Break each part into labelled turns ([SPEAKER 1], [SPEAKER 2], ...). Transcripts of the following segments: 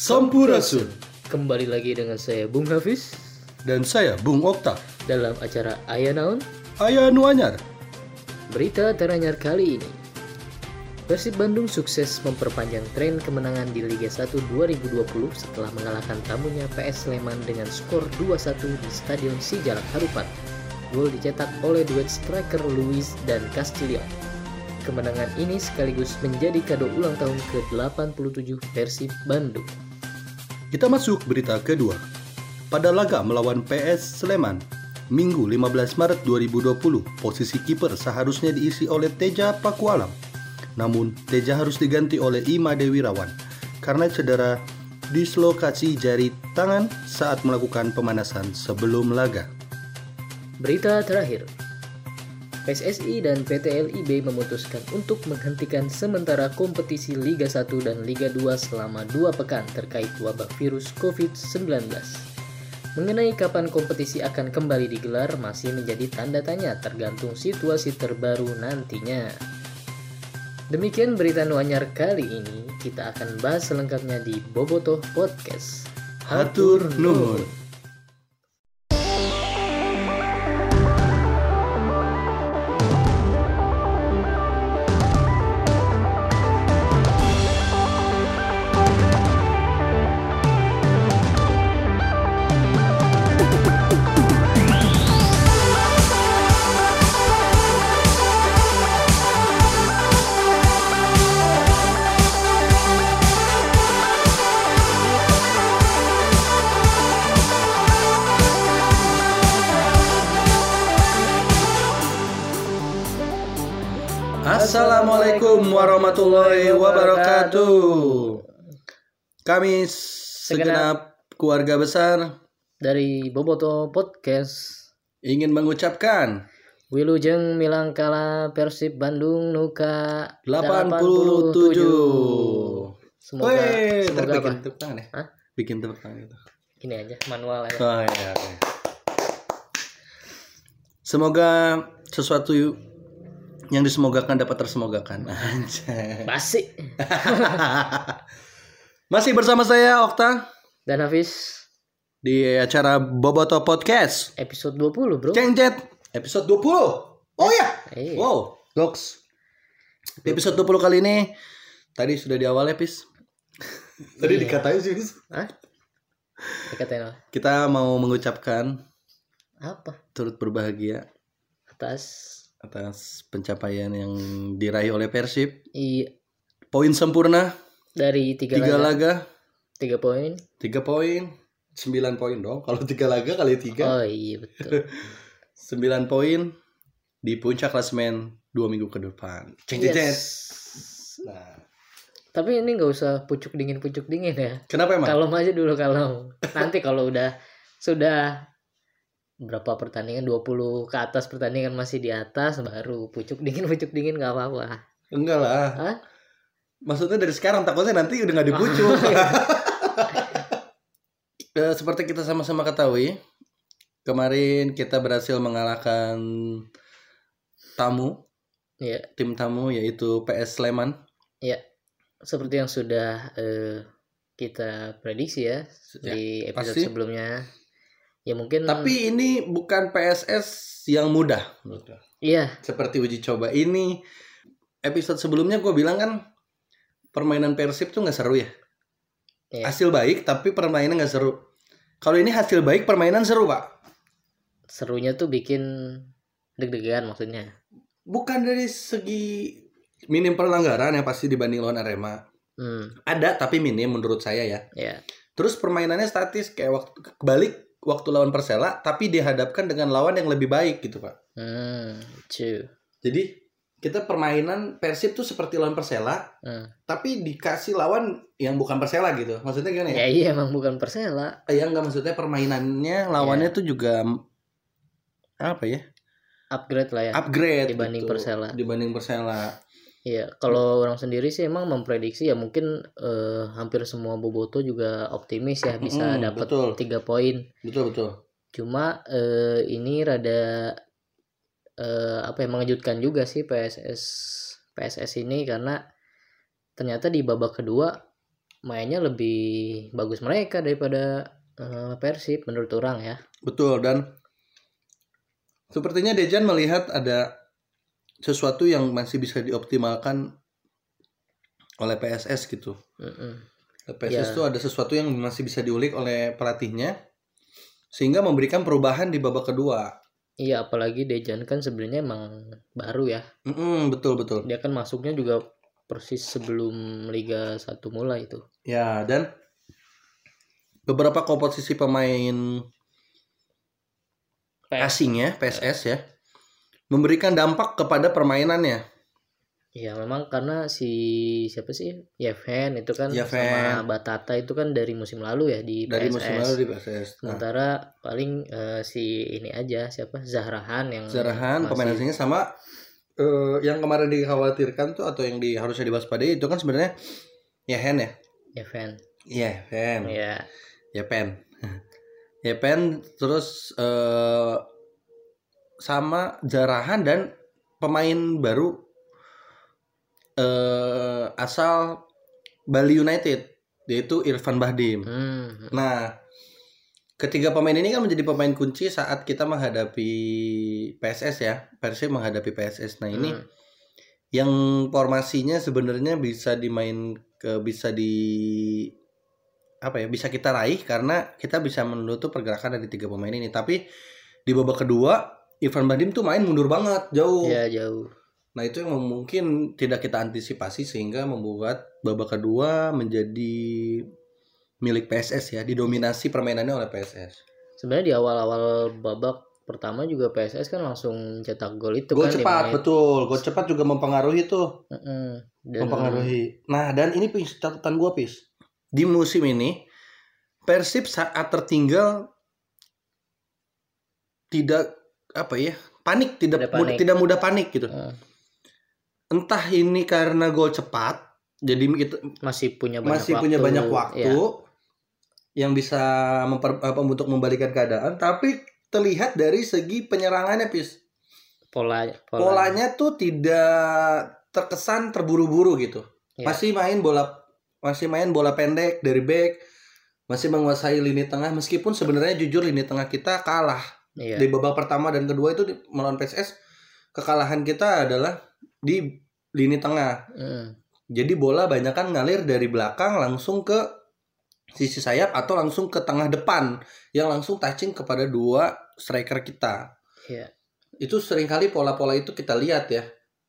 [SPEAKER 1] Sampurasun.
[SPEAKER 2] Kembali lagi dengan saya Bung Hafiz
[SPEAKER 1] Dan saya Bung Okta.
[SPEAKER 2] dalam acara Aya Naon.
[SPEAKER 1] Aya nu anyar.
[SPEAKER 2] Berita teranyar kali ini. Persib Bandung sukses memperpanjang tren kemenangan di Liga 1 2020 setelah mengalahkan tamunya PS Sleman dengan skor 2-1 di Stadion Sijalak Harupat. Gol dicetak oleh duet striker Luis dan Castillo. Kemenangan ini sekaligus menjadi kado ulang tahun ke-87 Persib Bandung.
[SPEAKER 1] Kita masuk berita kedua. Pada laga melawan PS Sleman, Minggu 15 Maret 2020, posisi kiper seharusnya diisi oleh Teja Pakualam. Namun, Teja harus diganti oleh Ima Dewi Rawan karena cedera dislokasi jari tangan saat melakukan pemanasan sebelum laga.
[SPEAKER 2] Berita terakhir. PSSI dan PT LIB memutuskan untuk menghentikan sementara kompetisi Liga 1 dan Liga 2 selama 2 pekan terkait wabah virus COVID-19. Mengenai kapan kompetisi akan kembali digelar masih menjadi tanda tanya tergantung situasi terbaru nantinya. Demikian berita Nuanyar kali ini, kita akan bahas selengkapnya di Bobotoh Podcast.
[SPEAKER 1] Hatur nuhun. Assalamualaikum warahmatullahi wabarakatuh. Kami segenap keluarga besar
[SPEAKER 2] Dari Bobotoh Podcast,
[SPEAKER 1] ingin mengucapkan
[SPEAKER 2] Wilujeng Milangkala Persib Bandung Nuka
[SPEAKER 1] 87.
[SPEAKER 2] Semoga
[SPEAKER 1] Wey,
[SPEAKER 2] semoga apa?
[SPEAKER 1] bikin tepuk tangan ya?
[SPEAKER 2] Hah?
[SPEAKER 1] Bikin tepuk tangan itu.
[SPEAKER 2] Ini aja manual aja.
[SPEAKER 1] Oh, iya, oke. Semoga sesuatu yang disemogakan dapat tersemogakan. Anjay.
[SPEAKER 2] Basi.
[SPEAKER 1] Masih bersama saya Okta
[SPEAKER 2] Dan Hafiz,
[SPEAKER 1] di acara Bobotoh Podcast.
[SPEAKER 2] episode 20, Bro.
[SPEAKER 1] Cengjet episode 20. Oh ya.
[SPEAKER 2] Iya.
[SPEAKER 1] Wow, goks. Di episode 20 kali ini tadi sudah di awal ya, Pis. Tadi
[SPEAKER 2] Iya.
[SPEAKER 1] dikatain sih, Pis.
[SPEAKER 2] Hah? Dikatain apa?
[SPEAKER 1] Kita mau mengucapkan
[SPEAKER 2] Apa?
[SPEAKER 1] turut berbahagia atas pencapaian yang diraih oleh Persib.
[SPEAKER 2] Iya,
[SPEAKER 1] Poin sempurna
[SPEAKER 2] dari 3
[SPEAKER 1] 3
[SPEAKER 2] laga,
[SPEAKER 1] laga,
[SPEAKER 2] 3 poin.
[SPEAKER 1] 3 poin, 9 poin dong. Kalau 3 laga kali 3,
[SPEAKER 2] Oh iya betul.
[SPEAKER 1] 9 poin di puncak klasemen 2 minggu ke depan. Cengjet.
[SPEAKER 2] Yes.
[SPEAKER 1] Nah,
[SPEAKER 2] Tapi ini nggak usah pucuk dingin ya.
[SPEAKER 1] kenapa emang?
[SPEAKER 2] Kalem aja dulu kalem. Nanti kalau sudah berapa pertandingan, 20 ke atas pertandingan masih di atas, baru pucuk dingin nggak apa-apa.
[SPEAKER 1] Enggak lah.
[SPEAKER 2] Hah?
[SPEAKER 1] Maksudnya dari sekarang, takutnya nanti udah nggak dipucuk. Seperti kita sama-sama ketahui, kemarin kita berhasil mengalahkan
[SPEAKER 2] Iya,
[SPEAKER 1] tim tamu yaitu PS Sleman.
[SPEAKER 2] iya. Seperti yang sudah kita prediksi ya di episode
[SPEAKER 1] pasti.
[SPEAKER 2] sebelumnya. Ya mungkin.
[SPEAKER 1] Tapi ini bukan PSS yang mudah menurut gue.
[SPEAKER 2] Iya,
[SPEAKER 1] Seperti uji coba ini. Episode sebelumnya gue bilang kan permainan Persib tuh nggak seru ya.
[SPEAKER 2] Iya.
[SPEAKER 1] Hasil baik tapi permainan nggak seru. Kalau ini hasil baik permainan seru, Pak.
[SPEAKER 2] Serunya tuh bikin deg-degan maksudnya.
[SPEAKER 1] Bukan dari segi minim pelanggaran yang pasti dibanding lawan Arema. Ada tapi minim menurut saya ya.
[SPEAKER 2] Ya.
[SPEAKER 1] Terus permainannya statis kayak waktu lawan Persela tapi dihadapkan dengan lawan yang lebih baik gitu, Pak.
[SPEAKER 2] True.
[SPEAKER 1] Jadi kita permainan Persib tuh seperti lawan Persela tapi dikasih lawan yang bukan Persela gitu. Maksudnya gimana ya?
[SPEAKER 2] Ya iya emang bukan Persela.
[SPEAKER 1] Ya enggak, maksudnya permainannya lawannya tuh juga apa ya?
[SPEAKER 2] Upgrade lah ya.
[SPEAKER 1] Upgrade
[SPEAKER 2] Dibanding
[SPEAKER 1] gitu.
[SPEAKER 2] Persela.
[SPEAKER 1] Dibanding Persela.
[SPEAKER 2] Iya, kalau orang sendiri sih emang memprediksi ya mungkin hampir semua boboto juga optimis ya bisa dapat
[SPEAKER 1] betul.
[SPEAKER 2] 3 poin.
[SPEAKER 1] Betul.
[SPEAKER 2] Cuma ini rada apa yang mengejutkan juga sih PSS ini karena ternyata di babak kedua mainnya lebih bagus mereka daripada Persib menurut orang ya.
[SPEAKER 1] Betul, dan sepertinya Dejan melihat ada sesuatu yang masih bisa dioptimalkan oleh PSS gitu. PSS itu ada sesuatu yang masih bisa diulik oleh pelatihnya sehingga memberikan perubahan di babak kedua.
[SPEAKER 2] Iya, apalagi Dejan kan sebenarnya emang baru ya.
[SPEAKER 1] Betul.
[SPEAKER 2] Dia kan masuknya juga persis sebelum Liga 1 mulai itu.
[SPEAKER 1] Ya, dan beberapa komposisi pemain asing ya, PSS ya, memberikan dampak kepada permainannya.
[SPEAKER 2] Ya memang karena siapa sih Yevhen itu kan sama Batata itu kan dari musim lalu ya di PSS.
[SPEAKER 1] Musim lalu di PSS.
[SPEAKER 2] Sementara paling si ini aja siapa Zahrahan
[SPEAKER 1] pemain asingnya sama yang kemarin dikhawatirkan tuh atau yang harusnya diwaspadai itu kan sebenarnya Yevhen ya. Yevhen terus sama Zahrahan dan pemain baru asal Bali United yaitu Irfan Bahdim. Nah, ketiga pemain ini kan menjadi pemain kunci saat kita menghadapi PSS ya, Persib menghadapi PSS. Nah ini yang formasinya sebenarnya bisa kita raih karena kita bisa menutup pergerakan dari tiga pemain ini. Tapi di babak kedua Irfan Bahdim tuh main mundur banget jauh.
[SPEAKER 2] Iya jauh.
[SPEAKER 1] Nah itu yang mungkin tidak kita antisipasi sehingga membuat babak kedua menjadi milik PSS ya, didominasi permainannya oleh PSS.
[SPEAKER 2] Sebenarnya di awal-awal babak pertama juga PSS kan langsung cetak gol itu.
[SPEAKER 1] Gol cepat, betul. Gol cepat juga mempengaruhi tuh. Mempengaruhi. Nah dan ini catatan gue di musim ini Persib saat tertinggal tidak panik, tidak mudah panik gitu. Entah ini karena gol cepat, jadi kita masih punya banyak waktu yang bisa untuk membalikan keadaan, tapi terlihat dari segi penyerangannya, polanya tuh tidak terkesan terburu-buru gitu. Masih main bola pendek dari back, masih menguasai lini tengah meskipun sebenarnya jujur lini tengah kita kalah di babak pertama dan kedua itu melawan PSS. Kekalahan kita adalah di lini tengah. Jadi bola banyak kan ngalir dari belakang langsung ke sisi sayap atau langsung ke tengah depan yang langsung touching kepada dua striker kita. Itu seringkali pola-pola itu kita lihat ya.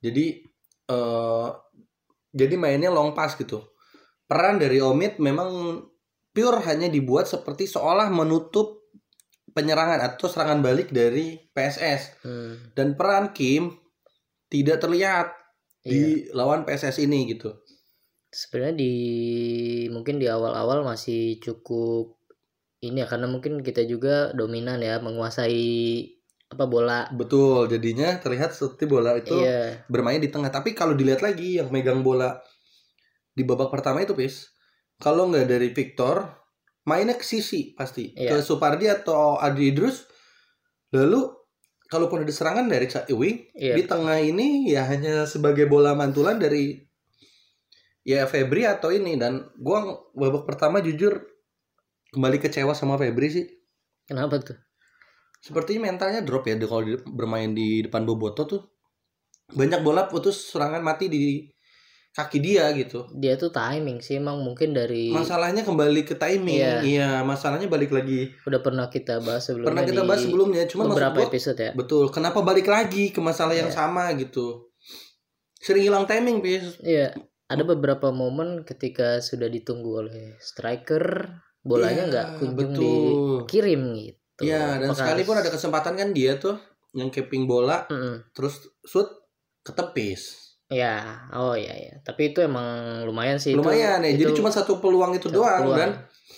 [SPEAKER 1] Jadi mainnya long pass gitu. Peran dari Omid memang pure hanya dibuat seperti seolah menutup penyerangan atau serangan balik dari PSS. Dan peran Kim tidak terlihat di lawan PSS ini gitu.
[SPEAKER 2] Sebenarnya mungkin di awal-awal masih cukup ini ya, karena mungkin kita juga dominan ya, menguasai bola.
[SPEAKER 1] Betul, jadinya terlihat seperti bola itu bermain di tengah. Tapi kalau dilihat lagi yang megang bola di babak pertama itu kalau nggak dari Victor, mainnya ke sisi pasti ke Supardi atau Adi Idrus. Lalu kalaupun ada serangan dari wing di tengah ini ya hanya sebagai bola mantulan dari Febri atau ini. Dan gua babak pertama jujur kembali kecewa sama Febri sih.
[SPEAKER 2] Kenapa tuh?
[SPEAKER 1] Sepertinya mentalnya drop ya kalau bermain di depan Boboto tuh. Banyak bola putus serangan mati di kaki dia gitu.
[SPEAKER 2] Dia tuh timing sih emang mungkin dari.
[SPEAKER 1] Masalahnya kembali ke timing. Iya, masalahnya balik lagi.
[SPEAKER 2] Udah pernah kita bahas
[SPEAKER 1] sebelumnya. Cuma
[SPEAKER 2] beberapa episode ya.
[SPEAKER 1] Betul. Kenapa balik lagi ke masalah yang sama gitu? Sering hilang timing,
[SPEAKER 2] Iya. Ada beberapa momen ketika sudah ditunggu oleh striker, bolanya nggak kunjung dikirim gitu.
[SPEAKER 1] Iya, dan sekalipun ada kesempatan kan dia tuh yang keeping bola, terus shoot ketepis.
[SPEAKER 2] Ya, iya. Tapi itu emang lumayan sih.
[SPEAKER 1] Lumayan ya. Jadi cuma satu peluang itu doang. Dan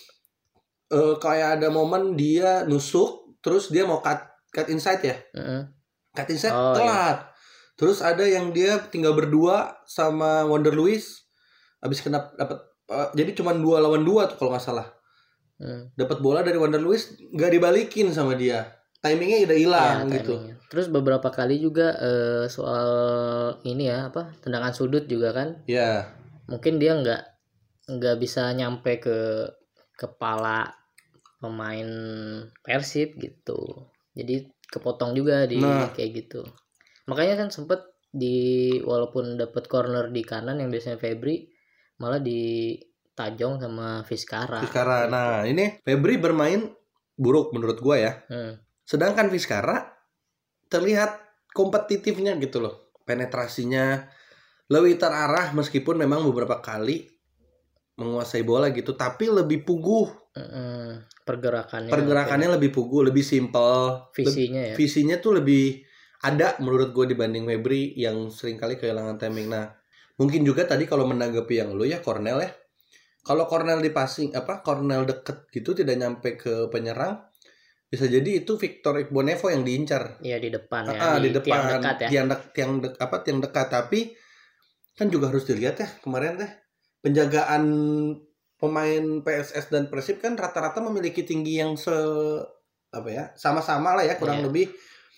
[SPEAKER 1] kayak ada momen dia nusuk, terus dia mau cut inside ya. Cut inside telat. Iya. Terus ada yang dia tinggal berdua sama Wonder Luis, habis dapat jadi cuma 2 lawan 2 tuh kalau nggak salah. Dapat bola dari Wonder Luis, nggak dibalikin sama dia. Timingnya udah hilang gitu.
[SPEAKER 2] Terus beberapa kali juga soal ini ya tendangan sudut juga kan.
[SPEAKER 1] Iya.
[SPEAKER 2] Mungkin dia nggak nggak bisa nyampe ke kepala pemain Persib gitu. Jadi kepotong juga di kayak gitu. Makanya kan sempet walaupun dapat corner di kanan yang biasanya Febri, malah di Tajong sama Vizcara.
[SPEAKER 1] Gitu. Nah ini Febri bermain buruk menurut gue ya. Sedangkan Vizcara terlihat kompetitifnya gitu loh. Penetrasinya lebih terarah meskipun memang beberapa kali menguasai bola gitu, tapi lebih puguh. Pergerakannya lebih puguh, lebih simpel. Visinya tuh lebih ada menurut gue dibanding Febri yang seringkali kehilangan timing. Nah, mungkin juga tadi kalau menanggapi yang lu ya Cornel ya. Kalau Cornel di passing Cornel deket gitu tidak nyampe ke penyerang, bisa jadi itu Victor Igbonevo yang diincar.
[SPEAKER 2] Iya di depan ya. Di depan tiang dekat ya.
[SPEAKER 1] Tiang dekat, tapi kan juga harus dilihat ya kemarin teh penjagaan pemain PSS dan Persib kan rata-rata memiliki tinggi yang sama-sama lah ya kurang lebih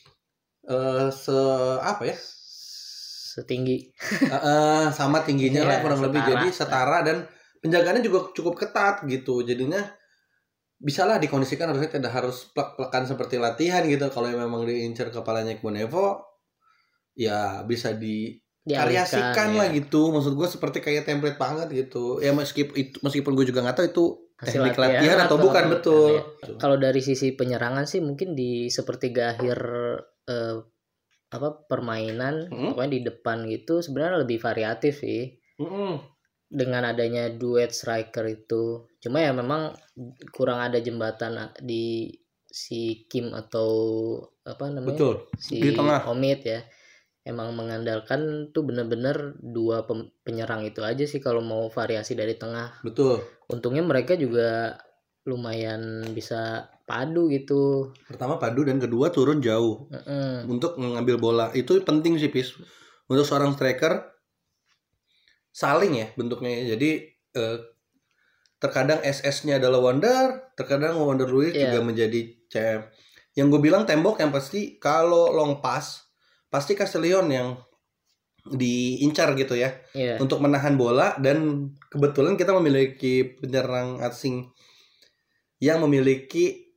[SPEAKER 2] setinggi
[SPEAKER 1] sama tingginya lah kurang lebih, jadi setara dan penjagaannya juga cukup ketat gitu, jadinya bisalah dikondisikan harusnya tidak harus plek-plekan seperti latihan gitu. Kalau memang diincar kepalanya Igbonevo ya bisa dikariasikan lah gitu, maksud gue seperti kayak template banget gitu ya, meskipun gue juga nggak tahu itu teknik latihan atau bukan betul.
[SPEAKER 2] Kalau dari sisi penyerangan sih mungkin di sepertiga akhir permainan pokoknya di depan gitu sebenarnya lebih variatif sih dengan adanya duet striker itu. Cuma ya memang kurang ada jembatan di si Kim atau si
[SPEAKER 1] di tengah.
[SPEAKER 2] Omid ya. Emang mengandalkan tuh bener-bener dua penyerang itu aja sih kalau mau variasi dari tengah.
[SPEAKER 1] Betul.
[SPEAKER 2] Untungnya mereka juga lumayan bisa padu gitu.
[SPEAKER 1] Pertama padu dan kedua turun jauh untuk mengambil bola. Itu penting sih Pis. Untuk seorang striker saling ya bentuknya. Jadi terkadang SS-nya adalah Wonder, terkadang Wonder Luiz juga menjadi CM. Yang gue bilang tembok yang pasti kalau long pass pasti Castellion yang diincar gitu ya untuk menahan bola, dan kebetulan kita memiliki penyerang asing yang memiliki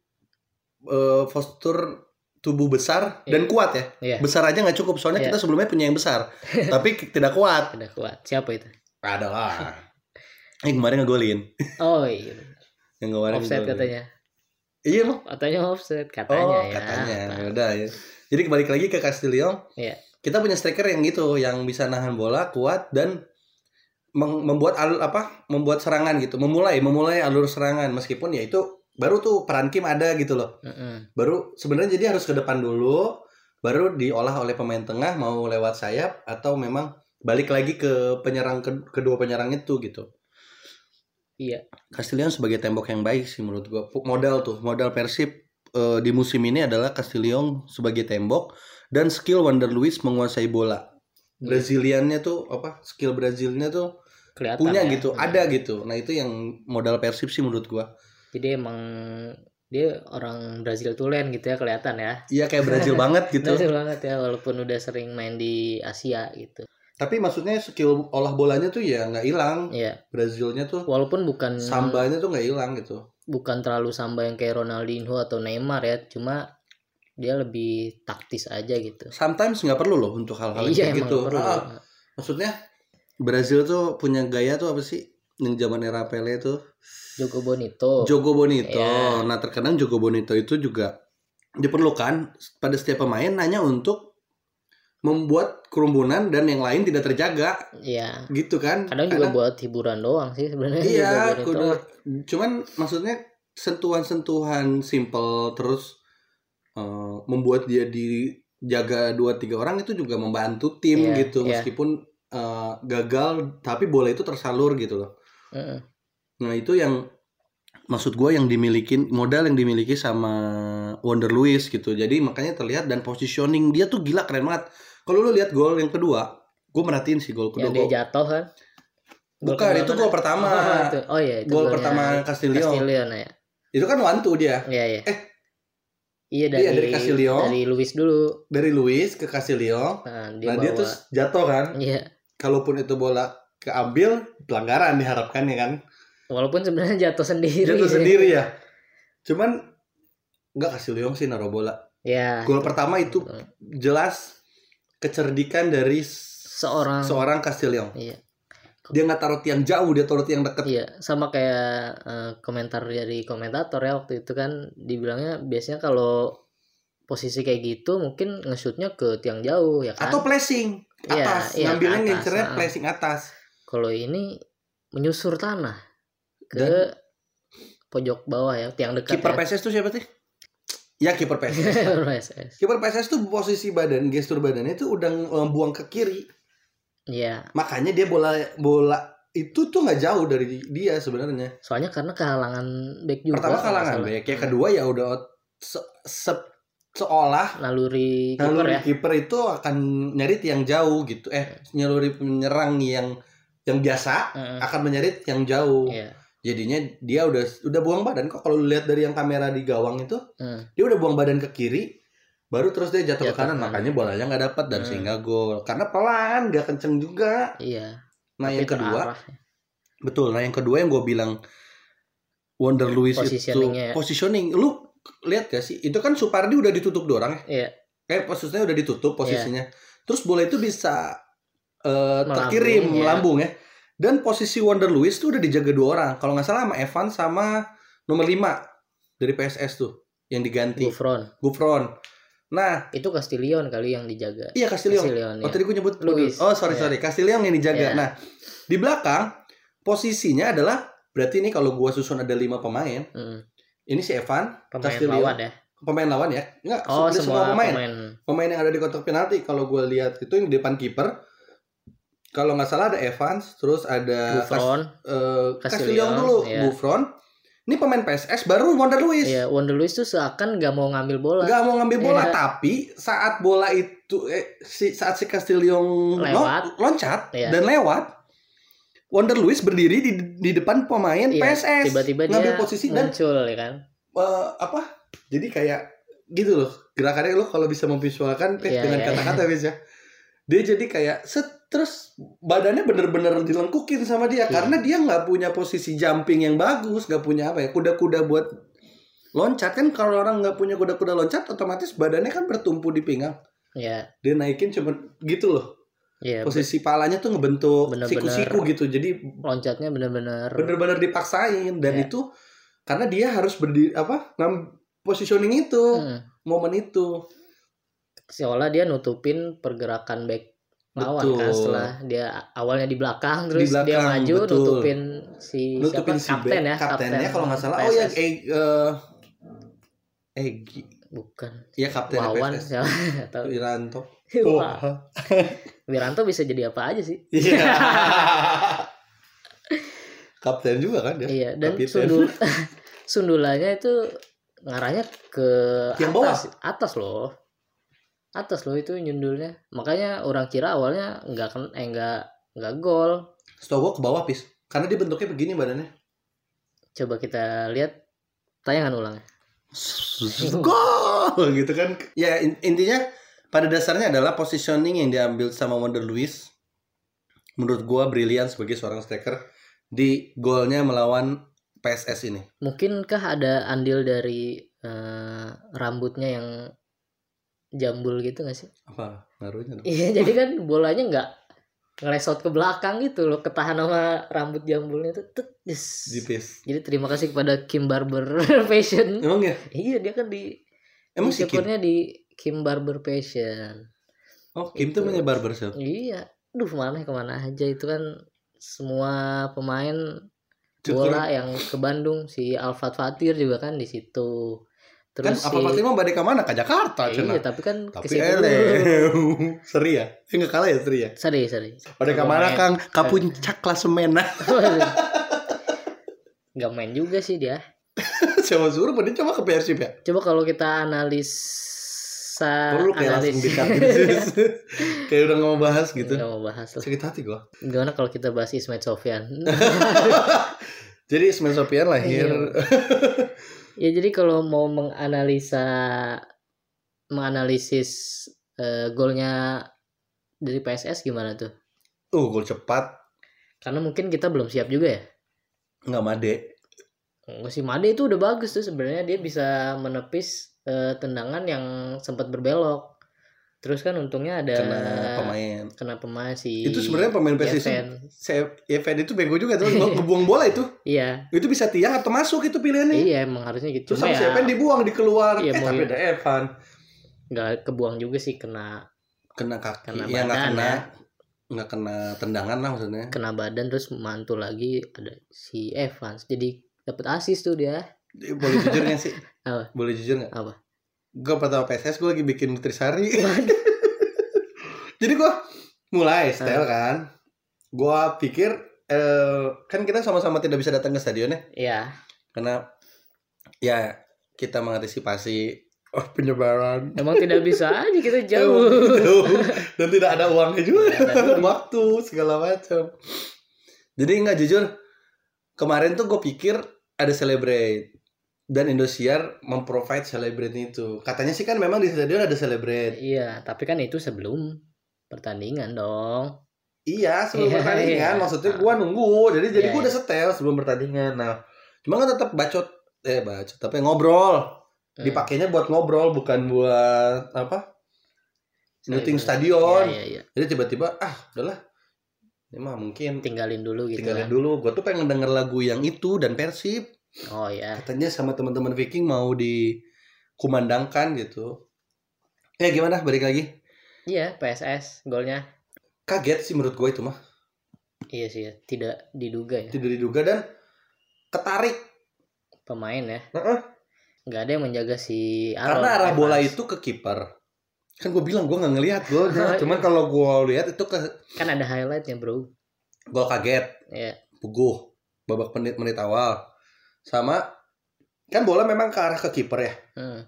[SPEAKER 1] postur tubuh besar dan kuat ya. Besar aja nggak cukup soalnya kita sebelumnya punya yang besar tapi tidak kuat.
[SPEAKER 2] Siapa itu?
[SPEAKER 1] Ada lah. Kemarin ngegolin.
[SPEAKER 2] Oh iya.
[SPEAKER 1] Yang kemarin
[SPEAKER 2] offset katanya.
[SPEAKER 1] Iya loh.
[SPEAKER 2] Katanya offset katanya ya.
[SPEAKER 1] Katanya. Udah ya. Jadi kembali lagi ke Castellion. Kita punya striker yang gitu, yang bisa nahan bola, kuat dan membuat serangan gitu, memulai alur serangan, meskipun ya itu baru tuh peran Kim ada gitu loh. Baru sebenarnya jadi harus ke depan dulu, baru diolah oleh pemain tengah mau lewat sayap atau memang balik lagi ke kedua penyerang itu gitu.
[SPEAKER 2] Iya.
[SPEAKER 1] Castellion sebagai tembok yang baik sih menurut gua. Modal Persib di musim ini adalah Castellion sebagai tembok dan skill Wonder Luiz menguasai bola. Braziliannya tuh skill Brazilnya tuh kelihatan punya ya, gitu, ada gitu. Nah itu yang modal Persib sih menurut gua.
[SPEAKER 2] Jadi emang dia orang Brazil tulen gitu ya, kelihatan ya.
[SPEAKER 1] Iya kayak Brazil banget gitu.
[SPEAKER 2] Brazil banget ya, walaupun udah sering main di Asia gitu.
[SPEAKER 1] Tapi maksudnya skill olah bolanya tuh ya nggak hilang.
[SPEAKER 2] Iya.
[SPEAKER 1] Brazilnya tuh
[SPEAKER 2] walaupun bukan
[SPEAKER 1] sambanya tuh nggak hilang gitu.
[SPEAKER 2] Bukan terlalu samba yang kayak Ronaldinho atau Neymar ya, cuma dia lebih taktis aja gitu.
[SPEAKER 1] Sometimes nggak perlu loh untuk hal-hal kayak gitu. Maksudnya Brazil tuh punya gaya tuh apa sih? Yang zaman era Pele tuh
[SPEAKER 2] Jogo Bonito.
[SPEAKER 1] Yeah. Nah terkadang Jogo Bonito itu juga diperlukan pada setiap pemain hanya untuk membuat kerumunan dan yang lain tidak terjaga.
[SPEAKER 2] Iya.
[SPEAKER 1] Gitu kan?
[SPEAKER 2] Kadang juga buat hiburan doang sih sebenarnya.
[SPEAKER 1] Iya, cuman maksudnya sentuhan-sentuhan simple terus membuat dia dijaga 2-3 orang itu juga membantu tim gitu. Meskipun gagal tapi bola itu tersalur gitu loh. Nah, itu yang maksud gue yang modal yang dimiliki sama Wonder Luiz gitu. Jadi makanya terlihat dan positioning dia tuh gila keren banget. Kalau lu lihat gol yang kedua, gue merhatiin sih gol kedua.
[SPEAKER 2] Yang dia jatuh kan?
[SPEAKER 1] Bukan, itu gol pertama.
[SPEAKER 2] Oh iya, itu
[SPEAKER 1] gol pertama Castellion ya. Itu kan 1-2 dia.
[SPEAKER 2] Iya.
[SPEAKER 1] Iya dari Castellion.
[SPEAKER 2] Dari Luiz dulu.
[SPEAKER 1] Dari Luiz ke Castellion. Nah dia terus jatuh kan?
[SPEAKER 2] Iya.
[SPEAKER 1] Kalaupun itu bola keambil, pelanggaran diharapkan ya kan.
[SPEAKER 2] Walaupun sebenarnya jatuh sendiri.
[SPEAKER 1] Jatuh sendiri ya. Cuman nggak Castillion sih naruh bola.
[SPEAKER 2] Ya.
[SPEAKER 1] Gol pertama itu jelas kecerdikan dari seorang Castillion.
[SPEAKER 2] Iya.
[SPEAKER 1] Dia nggak taruh tiang jauh, dia taruh tiang dekat.
[SPEAKER 2] Iya, sama kayak komentar dari komentator ya waktu itu kan dibilangnya biasanya kalau posisi kayak gitu mungkin nge-shootnya ke tiang jauh ya kan.
[SPEAKER 1] Atau flashing atas,
[SPEAKER 2] iya,
[SPEAKER 1] ngambilnya ngincernya flashing atas.
[SPEAKER 2] Kalau ini menyusur tanah ke pojok bawah ya, tiang dekat.
[SPEAKER 1] Kiper PSS itu siapa sih? Ya kiper PSS. Kiper PSS tuh posisi badan, gestur badannya itu udah buang ke kiri.
[SPEAKER 2] Iya.
[SPEAKER 1] Makanya dia bola itu tuh nggak jauh dari dia sebenarnya.
[SPEAKER 2] Soalnya karena kehalangan back juga.
[SPEAKER 1] Pertama kehalangan back, yang kedua ya udah seolah
[SPEAKER 2] naluri
[SPEAKER 1] kiper itu akan nyari tiang jauh gitu. Naluri penyerang yang biasa akan menyari tiang jauh.
[SPEAKER 2] Iya.
[SPEAKER 1] Jadinya dia udah buang badan kok. Kalau lihat dari yang kamera di gawang itu, dia udah buang badan ke kiri, baru terus dia jatuh ke kanan. Makanya bolanya nggak dapat dan sehingga gol. Karena pelan, nggak kenceng juga.
[SPEAKER 2] Iya.
[SPEAKER 1] Nah yang kedua, betul. Nah yang kedua yang gue bilang Wonder Luis itu positioning. Lu lihat gak sih? Itu kan Supardi udah ditutup 2 orang ya.
[SPEAKER 2] Iya.
[SPEAKER 1] Posisinya udah ditutup posisinya. Terus bola itu bisa terkirim melambung ya. Dan posisi Wonder Luis tuh udah dijaga 2 orang. Kalau nggak salah sama Evan sama nomor 5 dari PSS tuh yang diganti. Buffon. Nah,
[SPEAKER 2] itu Castillion kali yang dijaga.
[SPEAKER 1] Iya, Castillion. Tadi gue nyebut Luis. Sorry. Castillion yang dijaga. Nah, di belakang posisinya adalah berarti ini kalau gua susun ada 5 pemain. Ini si Evan, Castillion. Pemain lawan ya. Enggak, semua pemain yang ada di kotak penalti. Kalau gua lihat itu yang di depan kiper. Kalau nggak salah ada Evans, terus ada Castillion dulu, Buffon. Ini pemain PSS baru Wonder Luis.
[SPEAKER 2] Iya, Wonder Luis tuh seakan nggak mau ngambil bola.
[SPEAKER 1] Tapi saat bola itu saat si Castillion loncat dan lewat, Wonder Luis berdiri di depan pemain PSS.
[SPEAKER 2] Tiba-tiba
[SPEAKER 1] ngambil
[SPEAKER 2] dia
[SPEAKER 1] posisi
[SPEAKER 2] muncul ya kan.
[SPEAKER 1] Jadi kayak gitu loh. Gerakannya lo kalau bisa memvisualkan dengan kata-kata bisa. Dia jadi kayak terus badannya bener-bener dilengkukin sama dia karena dia nggak punya posisi jumping yang bagus, nggak punya kuda-kuda buat loncat kan. Kalau orang nggak punya kuda-kuda loncat, otomatis badannya kan bertumpu di pinggang.
[SPEAKER 2] Iya.
[SPEAKER 1] Dia naikin cuma gitu loh. Iya. Posisi palanya tuh ngebentuk siku-siku gitu. Jadi
[SPEAKER 2] loncatnya bener-bener
[SPEAKER 1] dipaksain dan itu karena dia harus positioning itu, momen itu.
[SPEAKER 2] Seolah dia nutupin pergerakan back lawan kan, setelah dia awalnya di belakang terus dia maju nutupin si kapten ya.
[SPEAKER 1] Kaptennya kalau nggak salah Egi.
[SPEAKER 2] Bukan.
[SPEAKER 1] Iya kapten
[SPEAKER 2] Wawan
[SPEAKER 1] atau Wiranto.
[SPEAKER 2] Wiranto bisa jadi apa aja sih.
[SPEAKER 1] Iya. Kapten juga kan dia.
[SPEAKER 2] Iya, dan sundulannya itu ngarahnya ke atas loh. Atas loh itu nyundulnya. Makanya orang kira awalnya enggak gol.
[SPEAKER 1] Setahu gua ke bawah Pis. Karena dia bentuknya begini badannya.
[SPEAKER 2] Coba kita lihat tayangan ulangnya.
[SPEAKER 1] Gol gitu kan. Ya intinya pada dasarnya adalah positioning yang diambil sama Wonder Luis. Menurut gua brilian sebagai seorang striker di golnya melawan PSS ini.
[SPEAKER 2] Mungkinkah ada andil dari rambutnya yang jambul gitu gak sih?
[SPEAKER 1] Apa ngaruhnya?
[SPEAKER 2] Iya, jadi kan bolanya nggak ngelesot ke belakang gitu loh, ketahan sama rambut jambulnya tuh. Jadi terima kasih kepada Kim Barber Fashion.
[SPEAKER 1] Emang ya?
[SPEAKER 2] Iya, dia kan
[SPEAKER 1] emang si
[SPEAKER 2] Kim? Di Kim Barber Fashion.
[SPEAKER 1] Oh, Kim tuh punya barber shop.
[SPEAKER 2] Iya. Kemana aja itu kan semua pemain bola yang ke Bandung, si Alfat Fatir juga kan di situ. Terus
[SPEAKER 1] kan Alfat Fatir mah balik ke mana? Ke Jakarta
[SPEAKER 2] Iya, tapi kan
[SPEAKER 1] seri ya? Enggak kalah ya seri ya?
[SPEAKER 2] Seri.
[SPEAKER 1] Pada ke mana Kang? Kapuncak klasemen.
[SPEAKER 2] Enggak main juga sih dia.
[SPEAKER 1] Siapa suruh dia coba ke Persib ya?
[SPEAKER 2] Coba kalau kita analisa
[SPEAKER 1] kayak udah nggak mau bahas gitu.
[SPEAKER 2] Nggak mau bahas.
[SPEAKER 1] Sakit hati gua.
[SPEAKER 2] Gimana kalau kita bahas Ismail Sofyan?
[SPEAKER 1] Jadi Ismail Sofyan lahir.
[SPEAKER 2] Ya jadi kalau mau menganalisis golnya dari PSS gimana tuh?
[SPEAKER 1] Gol cepat.
[SPEAKER 2] Karena mungkin kita belum siap juga ya.
[SPEAKER 1] Nggak Made.
[SPEAKER 2] Enggak sih, Made itu udah bagus tuh sebenarnya, dia bisa menepis tendangan yang sempat berbelok. Terus kan untungnya ada kena pemain si
[SPEAKER 1] itu sebenarnya pemain PSIS Yeven itu bego juga tuh ngebuang bola itu.
[SPEAKER 2] Iya.
[SPEAKER 1] Itu bisa tiang atau masuk itu pilihannya.
[SPEAKER 2] Iya, emang harusnya gitu.
[SPEAKER 1] Terus sama si Yeven dibuang di keluar.
[SPEAKER 2] Iya,
[SPEAKER 1] tapi ada Evan.
[SPEAKER 2] Nggak kebuang juga sih, kena
[SPEAKER 1] kaki.
[SPEAKER 2] Kena
[SPEAKER 1] ya
[SPEAKER 2] badan,
[SPEAKER 1] nggak kena tendangan lah maksudnya.
[SPEAKER 2] Kena badan terus mantul lagi ada si Evans. Jadi dapat assist tuh dia.
[SPEAKER 1] Boleh jujur nggak sih?
[SPEAKER 2] Apa?
[SPEAKER 1] Boleh jujur nggak?
[SPEAKER 2] Apa?
[SPEAKER 1] Gue pertama PSS gue lagi bikin Nutrisari. Jadi gue mulai style kan. Gue pikir kan kita sama-sama tidak bisa datang ke stadion ya.
[SPEAKER 2] Iya.
[SPEAKER 1] Karena ya kita mengantisipasi penyebaran.
[SPEAKER 2] Emang tidak bisa aja, kita jauh.
[SPEAKER 1] Dan tidak ada uangnya juga. Waktu segala macam. Jadi nggak jujur, kemarin tuh gue pikir ada Celebrate dan Indosiar memprovide Celebrate itu. Katanya sih kan memang di stadion ada Celebrate.
[SPEAKER 2] Iya, tapi kan itu sebelum pertandingan dong.
[SPEAKER 1] Iya, sebelum pertandingan. Maksudnya gue nunggu. Jadi gue udah setel sebelum pertandingan. Nah, cuma kan tetap bacot, tapi ngobrol. Dipakainya buat ngobrol, bukan buat apa? Syuting stadion.
[SPEAKER 2] Iya.
[SPEAKER 1] Jadi tiba-tiba udahlah. Ini mah mungkin
[SPEAKER 2] tinggalin dulu gitu.
[SPEAKER 1] Tinggalin dulu. Gue tuh pengen denger lagu yang itu dan Persib.
[SPEAKER 2] Oh ya.
[SPEAKER 1] Katanya sama teman-teman Viking mau dikumandangkan gitu. Ya gimana balik lagi?
[SPEAKER 2] Iya, PSS golnya.
[SPEAKER 1] Kaget sih menurut gue itu mah.
[SPEAKER 2] Iya sih, tidak diduga ya.
[SPEAKER 1] Tidak diduga dan ketarik
[SPEAKER 2] pemain ya. Nggak ada yang menjaga si
[SPEAKER 1] Aaron. Karena arah bola itu ke kiper. Kan gue bilang gue nggak ngelihat golnya. Cuman kalau gue lihat itu
[SPEAKER 2] kan ada highlightnya bro.
[SPEAKER 1] Gue kaget.
[SPEAKER 2] Iya.
[SPEAKER 1] Puguh babak menit awal. Sama kan bola memang ke arah ke kiper ya.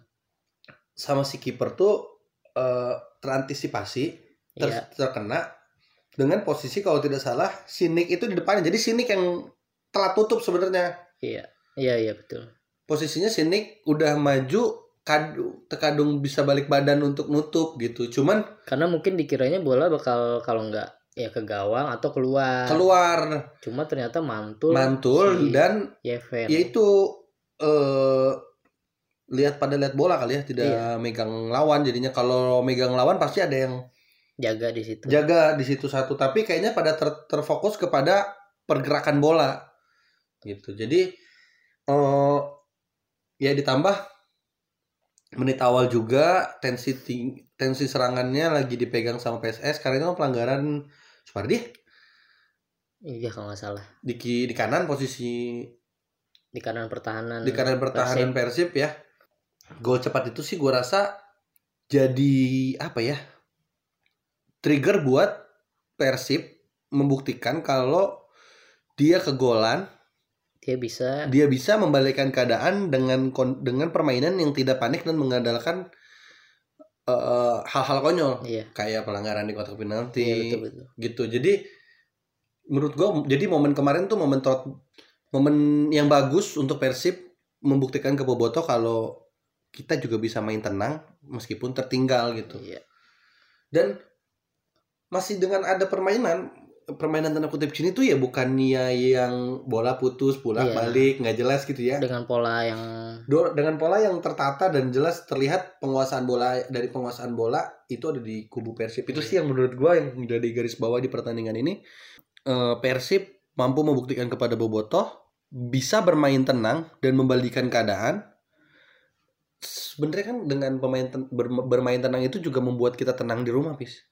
[SPEAKER 1] Sama si kiper tuh terantisipasi terkena dengan posisi kalau tidak salah Sinik itu di depannya. Jadi Sinik yang telah tutup sebenarnya.
[SPEAKER 2] Iya betul.
[SPEAKER 1] Posisinya Sinik udah maju, terkadung bisa balik badan untuk nutup gitu. Cuman
[SPEAKER 2] karena mungkin dikiranya bola bakal kalau nggak ya ke gawang atau keluar. Cuma ternyata mantul
[SPEAKER 1] si dan
[SPEAKER 2] Yeven.
[SPEAKER 1] Yaitu lihat bola kali ya, tidak megang lawan. Jadinya kalau megang lawan pasti ada yang
[SPEAKER 2] jaga di situ.
[SPEAKER 1] Jaga di situ satu, tapi kayaknya pada terfokus kepada pergerakan bola gitu. Jadi ya ditambah menit awal juga tensi serangannya lagi dipegang sama PSS karena itu pelanggaran Supardi.
[SPEAKER 2] Iya kalau nggak salah.
[SPEAKER 1] Di kanan posisi
[SPEAKER 2] di kanan pertahanan.
[SPEAKER 1] Di kanan pertahanan Persib ya. Gol cepat itu sih gue rasa jadi apa ya? Trigger buat Persib membuktikan kalau dia kegolan. Dia bisa membalikkan keadaan dengan permainan yang tidak panik dan mengandalkan hal-hal konyol kayak pelanggaran di kotak penalti gitu. Jadi menurut gue jadi momen kemarin tuh momen yang bagus untuk Persib membuktikan ke Bobotoh kalau kita juga bisa main tenang meskipun tertinggal gitu. Dan masih dengan ada permainan tanda kutip sini tuh ya bukannya yang bola putus balik nggak jelas gitu ya, dengan pola yang tertata dan jelas terlihat penguasaan bola itu ada di kubu Persib. Itu sih yang menurut gue yang menjadi garis bawah di pertandingan ini. Persib mampu membuktikan kepada Bobotoh bisa bermain tenang dan membalikkan keadaan. Sebenarnya kan dengan bermain tenang itu juga membuat kita tenang di rumah, Pis.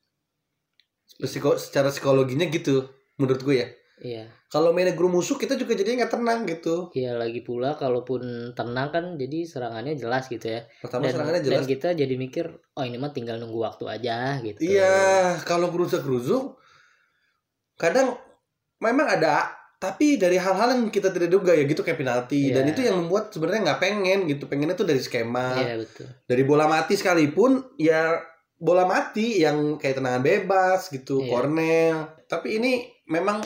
[SPEAKER 1] Secara psikologinya gitu menurut gue ya.
[SPEAKER 2] Iya.
[SPEAKER 1] Kalau mainnya musuh kita juga jadinya nggak tenang gitu.
[SPEAKER 2] Iya, lagi pula kalaupun tenang kan jadi serangannya jelas gitu ya.
[SPEAKER 1] Pertama serangannya jelas.
[SPEAKER 2] Dan kita jadi mikir, oh ini mah tinggal nunggu waktu aja gitu.
[SPEAKER 1] Iya, kalau gerusuk kadang memang ada, tapi dari hal-hal yang kita tidak duga ya gitu kayak penalti. Dan itu yang membuat sebenarnya nggak pengen gitu. Pengennya tuh dari skema.
[SPEAKER 2] Iya betul.
[SPEAKER 1] Dari bola mati sekalipun ya. Bola mati yang kayak tendangan bebas gitu, corner. Tapi ini memang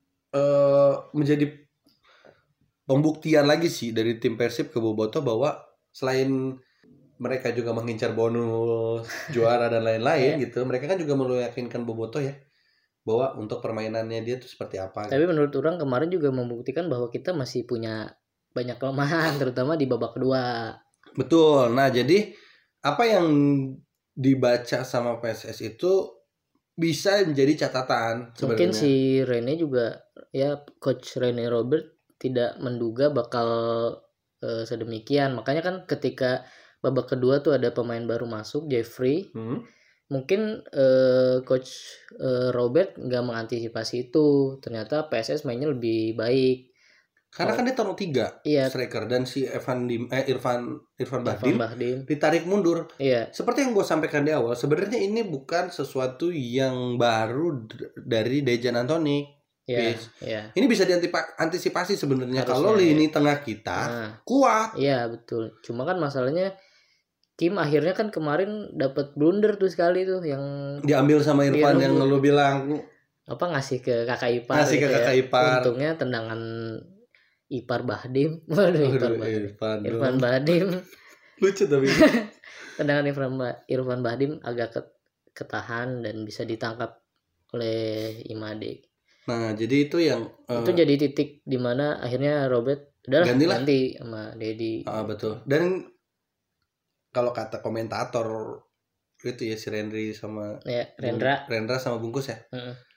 [SPEAKER 1] menjadi pembuktian lagi sih dari tim Persib ke Bobotoh bahwa selain mereka juga mengincar bonus juara dan lain-lain gitu, mereka kan juga meyakinkan Bobotoh ya bahwa untuk permainannya dia tuh seperti apa.
[SPEAKER 2] Tapi menurut orang kemarin juga membuktikan bahwa kita masih punya banyak kelemahan terutama di babak kedua.
[SPEAKER 1] Betul. Nah, jadi apa yang dibaca sama PSS itu bisa menjadi catatan sebenarnya.
[SPEAKER 2] Mungkin si Rene juga ya, coach Rene Robert tidak menduga bakal sedemikian. Makanya kan ketika babak kedua tuh ada pemain baru masuk, Jeffrey. Mungkin coach Robert nggak mengantisipasi itu. Ternyata PSS mainnya lebih baik.
[SPEAKER 1] Karena kan dia taruh 3 striker dan si Irfan Bahdim ditarik mundur.
[SPEAKER 2] Iya.
[SPEAKER 1] Seperti yang gue sampaikan di awal, sebenarnya ini bukan sesuatu yang baru dari Dejan Anthony.
[SPEAKER 2] Iya.
[SPEAKER 1] Ini bisa diantisipasi sebenarnya kalau lini tengah kita kuat.
[SPEAKER 2] Iya, betul. Cuma kan masalahnya Kim akhirnya kan kemarin dapat blunder tuh sekali tuh yang
[SPEAKER 1] diambil sama Irfan yang lu bilang
[SPEAKER 2] apa ngasih ke kakak ipar. Untungnya tendangan ipar Bahdim. Waduh, Irfan Bahdim.
[SPEAKER 1] Lucu tapi.
[SPEAKER 2] Tendangan Irfan Bahdim agak ketahan dan bisa ditangkap oleh Imade.
[SPEAKER 1] Nah, jadi itu yang
[SPEAKER 2] itu jadi titik di mana akhirnya Robert ganti sama Dedi.
[SPEAKER 1] Betul. Dan kalau kata komentator itu ya si Rendra sama Rendra sama Bungkus ya.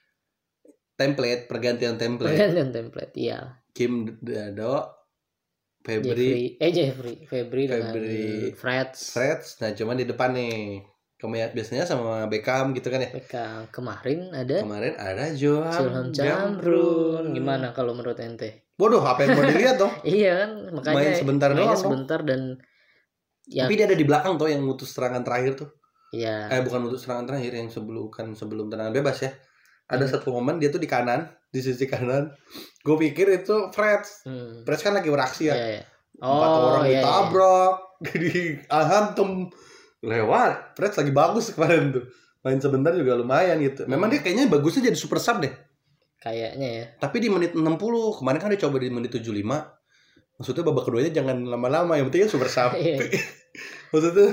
[SPEAKER 1] Pergantian template. Iya. Kim Dado, Febri dengan Freds. Nah, cuman di depan nih. Biasanya sama Beckham gitu kan ya.
[SPEAKER 2] Beckham. Kemarin ada
[SPEAKER 1] Johan
[SPEAKER 2] Jamrun. Gimana kalau menurut ente?
[SPEAKER 1] Bodoh, apa yang mau dilihat toh?
[SPEAKER 2] Iya kan, makanya
[SPEAKER 1] main sebentar doang.
[SPEAKER 2] Sebentar dan
[SPEAKER 1] ya. Tapi dia ada di belakang toh yang mutus serangan terakhir tuh.
[SPEAKER 2] Iya.
[SPEAKER 1] Bukan mutus serangan terakhir yang sebelum tendangan bebas ya. Ada satu momen dia tuh di kanan, di sisi kanan. Gue pikir itu Freds. Freds kan lagi beraksi ya.
[SPEAKER 2] Iya.
[SPEAKER 1] 4 orang ditabrak, dihantam. Lewat. Freds lagi bagus kemarin tuh. Main sebentar juga lumayan gitu. Memang dia kayaknya bagusnya jadi super sub deh.
[SPEAKER 2] Kayaknya ya.
[SPEAKER 1] Tapi di menit 60, kemarin kan dia coba di menit 75. Maksudnya babak keduanya jangan lama-lama, yang penting super sub. Maksudnya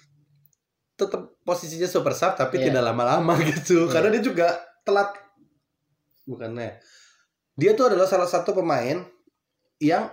[SPEAKER 1] tetap posisinya super sub tapi tidak lama-lama gitu. Karena dia juga telat. Bukannya. Dia tuh adalah salah satu pemain yang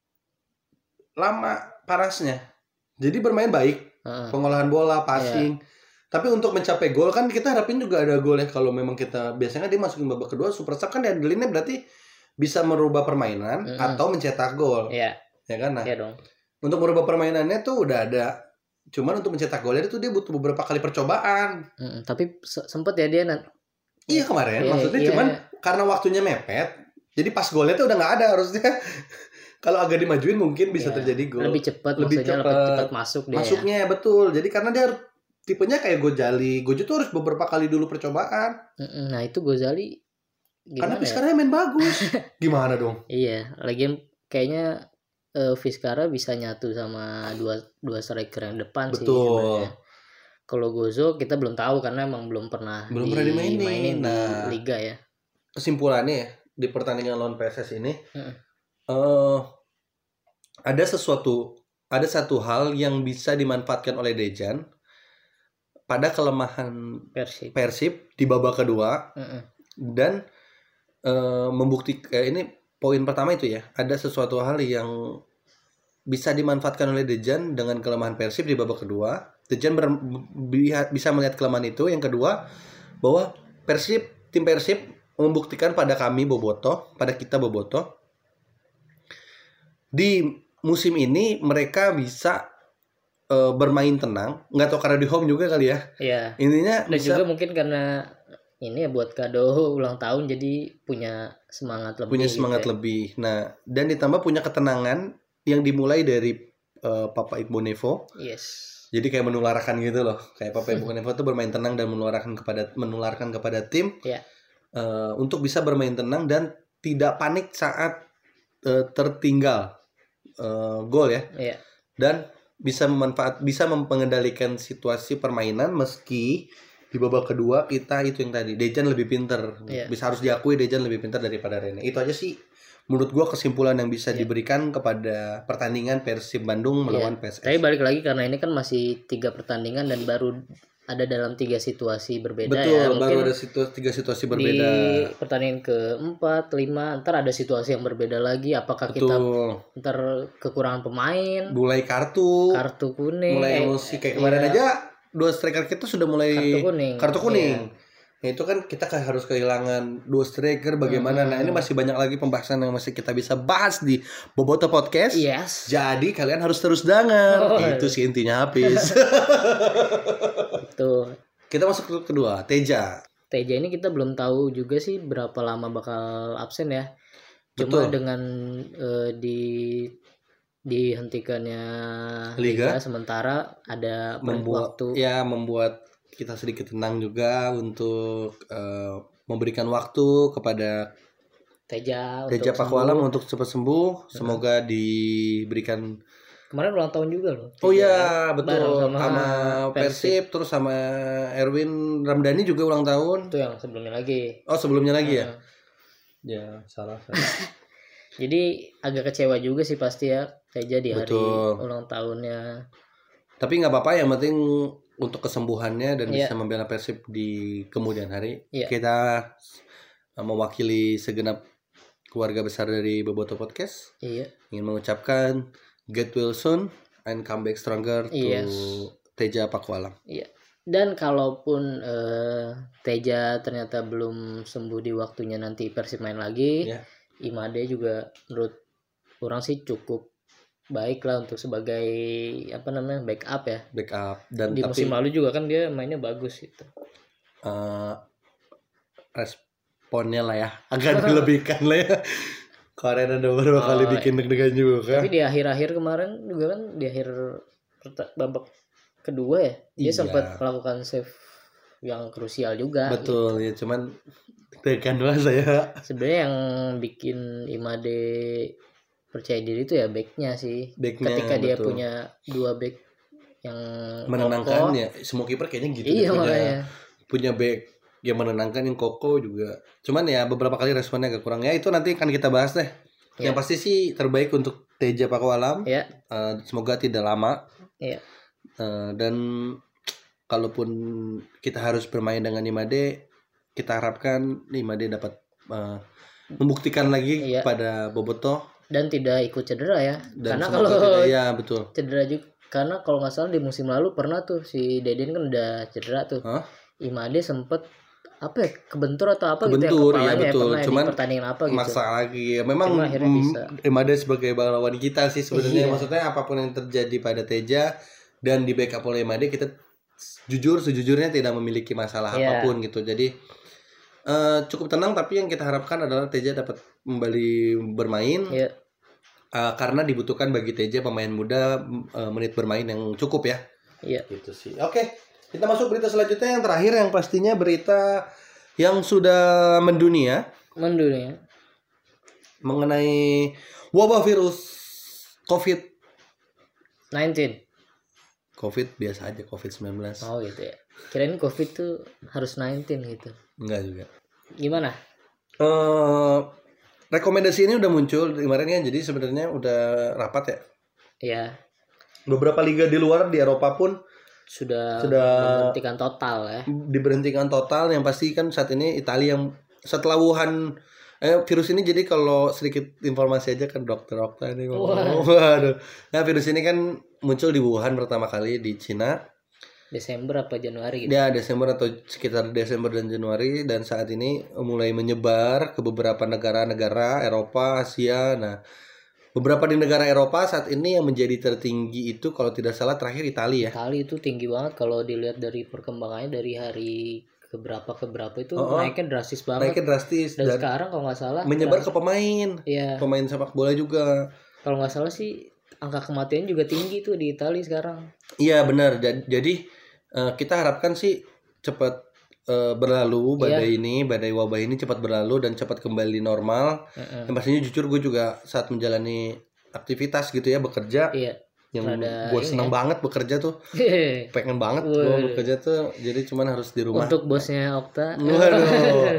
[SPEAKER 1] lama parasnya. Jadi bermain baik. Pengolahan bola, passing. Tapi untuk mencapai gol kan kita harapin juga ada gol ya. Kalau memang kita biasanya dia masukin babak kedua super sub kan diandelinnya berarti bisa merubah permainan atau mencetak gol.
[SPEAKER 2] Iya.
[SPEAKER 1] Ya kan? Nah,
[SPEAKER 2] iya dong.
[SPEAKER 1] Untuk merubah permainannya tuh udah ada. Cuman untuk mencetak golnya itu dia butuh beberapa kali percobaan.
[SPEAKER 2] Tapi sempet ya dia
[SPEAKER 1] Iya kemarin. Maksudnya cuman karena waktunya mepet. Jadi pas golnya tuh udah nggak ada harusnya. Kalau agak dimajuin mungkin bisa terjadi gol.
[SPEAKER 2] Lebih cepat masuk dia.
[SPEAKER 1] Masuknya betul. Jadi karena dia tipenya kayak Gojali. Gojali tuh harus beberapa kali dulu percobaan.
[SPEAKER 2] Nah itu Gojali.
[SPEAKER 1] Karena Vizcara main bagus. Gimana dong?
[SPEAKER 2] Iya. Lagian kayaknya Vizcara bisa nyatu sama dua striker yang depan.
[SPEAKER 1] Betul.
[SPEAKER 2] Sih. Kalau Gozo kita belum tahu karena emang belum pernah dimainin di liga ya.
[SPEAKER 1] Kesimpulannya ya di pertandingan lawan PSS ini. Ada satu hal yang bisa dimanfaatkan oleh Dejan pada kelemahan Persib di babak kedua dan membuktikan ini poin pertama itu ya, ada sesuatu hal yang bisa dimanfaatkan oleh Dejan dengan kelemahan Persib di babak kedua. Dejan bisa melihat kelemahan itu. Yang kedua, bahwa tim Persib membuktikan pada kami Bobotoh, pada kita Bobotoh, di musim ini mereka bisa bermain tenang. Nggak tahu karena di home juga kali ya.
[SPEAKER 2] Iya.
[SPEAKER 1] Intinya
[SPEAKER 2] dan juga mungkin karena ini ya buat kado ulang tahun jadi punya semangat lebih.
[SPEAKER 1] Nah, dan ditambah punya ketenangan yang dimulai dari Papa Iqbal Nevo.
[SPEAKER 2] Yes.
[SPEAKER 1] Jadi kayak menularkan gitu loh. Kayak Papa Iqbal Nevo tuh bermain tenang dan menularkan kepada tim.
[SPEAKER 2] Iya.
[SPEAKER 1] Untuk bisa bermain tenang dan tidak panik saat tertinggal gol ya.
[SPEAKER 2] Iya.
[SPEAKER 1] Dan bisa mengendalikan situasi permainan meski di babak kedua kita itu yang tadi Dejan lebih pinter. Bisa harus diakui Dejan lebih pintar daripada Rene. Itu aja sih menurut gua kesimpulan yang bisa diberikan kepada pertandingan Persib Bandung melawan PSS.
[SPEAKER 2] Tapi balik lagi karena ini kan masih 3 pertandingan dan baru ada dalam 3 situasi berbeda.
[SPEAKER 1] Betul,
[SPEAKER 2] ya.
[SPEAKER 1] baru ada 3 situasi berbeda.
[SPEAKER 2] Di pertandingan ke-4, 5, ntar ada situasi yang berbeda lagi. Apakah kita ntar kekurangan pemain,
[SPEAKER 1] mulai kartu
[SPEAKER 2] kuning,
[SPEAKER 1] mulai emosi kayak kemarin aja 2 striker kita sudah mulai kartu kuning. Nah, itu kan kita harus kehilangan 2 striker bagaimana. Nah, ini masih banyak lagi pembahasan yang masih kita bisa bahas di Boboto Podcast.
[SPEAKER 2] Yes.
[SPEAKER 1] Jadi kalian harus terus dengar. Itu sih intinya habis.
[SPEAKER 2] Itu.
[SPEAKER 1] Kita masuk ke kedua, Teja
[SPEAKER 2] ini kita belum tahu juga sih berapa lama bakal absen ya. Cuma dengan dihentikannya Liga sementara ada waktu.
[SPEAKER 1] Ya, membuat kita sedikit tenang juga untuk memberikan waktu kepada
[SPEAKER 2] Teja
[SPEAKER 1] Pakualam untuk cepat sembuh. Semoga diberikan.
[SPEAKER 2] Kemarin ulang tahun juga loh.
[SPEAKER 1] Oh iya, betul. Sama Persib terus sama Erwin Ramdhani juga ulang tahun.
[SPEAKER 2] Itu yang sebelumnya lagi.
[SPEAKER 1] Oh, sebelumnya lagi ya? Ya, salah.
[SPEAKER 2] Jadi agak kecewa juga sih pasti ya Teja di hari ulang tahunnya.
[SPEAKER 1] Tapi nggak apa-apa, yang penting untuk kesembuhannya dan bisa membela Persib di kemudian hari. Kita mewakili segenap keluarga besar dari Boboto Podcast. Ingin mengucapkan get well soon and come back stronger to Teja Pakualam.
[SPEAKER 2] Dan kalaupun Teja ternyata belum sembuh di waktunya nanti Persib main lagi, Imade juga menurut orang sih cukup baik lah untuk sebagai backup ya. Dan di musim lalu juga kan dia mainnya bagus gitu.
[SPEAKER 1] Responnya lah ya agak dilebihkan lah ya. Kemarin ada beberapa kali bikin deg-degan juga kan.
[SPEAKER 2] Tapi di akhir-akhir kemarin juga kan di akhir babak kedua ya dia sempat melakukan save yang krusial juga.
[SPEAKER 1] Betul gitu. Ya, cuman deg-degan doang saya.
[SPEAKER 2] Sebenarnya yang bikin Imade percaya diri itu ya backnya sih. Ketika dia punya 2 back yang
[SPEAKER 1] menenangkan ya, semua kiper kayaknya gitu. Punya back yang menenangkan, yang kokoh juga. Cuman ya beberapa kali responnya agak kurang. Ya itu nanti akan kita bahas deh. Yang pasti sih terbaik untuk Teja Pakualam. Semoga tidak lama. Dan kalaupun kita harus bermain dengan Imade, kita harapkan Imade dapat membuktikan lagi pada Boboto dan tidak ikut cedera ya. Karena kalau cedera juga, karena kalau nggak salah di musim lalu pernah tuh si Deden kan udah cedera tuh. Imade sempet kebentur atau apa gitu ya kepalanya, betul. Cuman pertandingan apa gitu. Maksa lagi. Memang Imade sebagai lawan kita sih sebenarnya. Maksudnya apapun yang terjadi pada Teja dan di backup oleh Imade, kita sejujurnya tidak memiliki masalah apapun gitu. Jadi cukup tenang, tapi yang kita harapkan adalah Teja dapat kembali bermain. Karena dibutuhkan bagi Teja pemain muda menit bermain yang cukup ya. Gitu sih. Oke. Kita masuk berita selanjutnya yang terakhir, yang pastinya berita yang sudah mendunia mengenai wabah virus COVID-19. COVID biasa aja, COVID-19. Oh gitu ya. Kirain COVID tuh harus 19 gitu. Enggak juga. Gimana? Rekomendasi ini udah muncul kemarin kan, jadi sebenarnya udah rapat ya. Iya. Beberapa liga di luar di Eropa pun sudah diberhentikan total ya. Diberhentikan total. Yang pasti kan saat ini Italia yang setelah Wuhan virus ini, jadi kalau sedikit informasi aja kan dokter ini ngomong. Waduh. Nah, virus ini kan muncul di Wuhan pertama kali di Cina. Desember apa Januari gitu? Ya, Desember atau sekitar Desember dan Januari, dan saat ini mulai menyebar ke beberapa negara-negara Eropa, Asia. Nah, beberapa di negara Eropa saat ini yang menjadi tertinggi itu kalau tidak salah terakhir Italia ya. Italia itu tinggi banget kalau dilihat dari perkembangannya dari hari keberapa itu naiknya drastis banget. Naiknya drastis dan sekarang kalau nggak salah menyebar ke pemain. Iya. Pemain sepak bola juga. Kalau nggak salah sih angka kematian juga tinggi tuh di Italia sekarang. Iya benar. Jadi kita harapkan sih cepat berlalu badai wabah ini cepat berlalu dan cepat kembali normal. Yang pastinya jujur gue juga saat menjalani aktivitas gitu ya, bekerja. Iya. Yang gue seneng banget bekerja tuh. Pengen banget gue bekerja tuh. Jadi cuman harus di rumah. Untuk bosnya Okta. Waduh.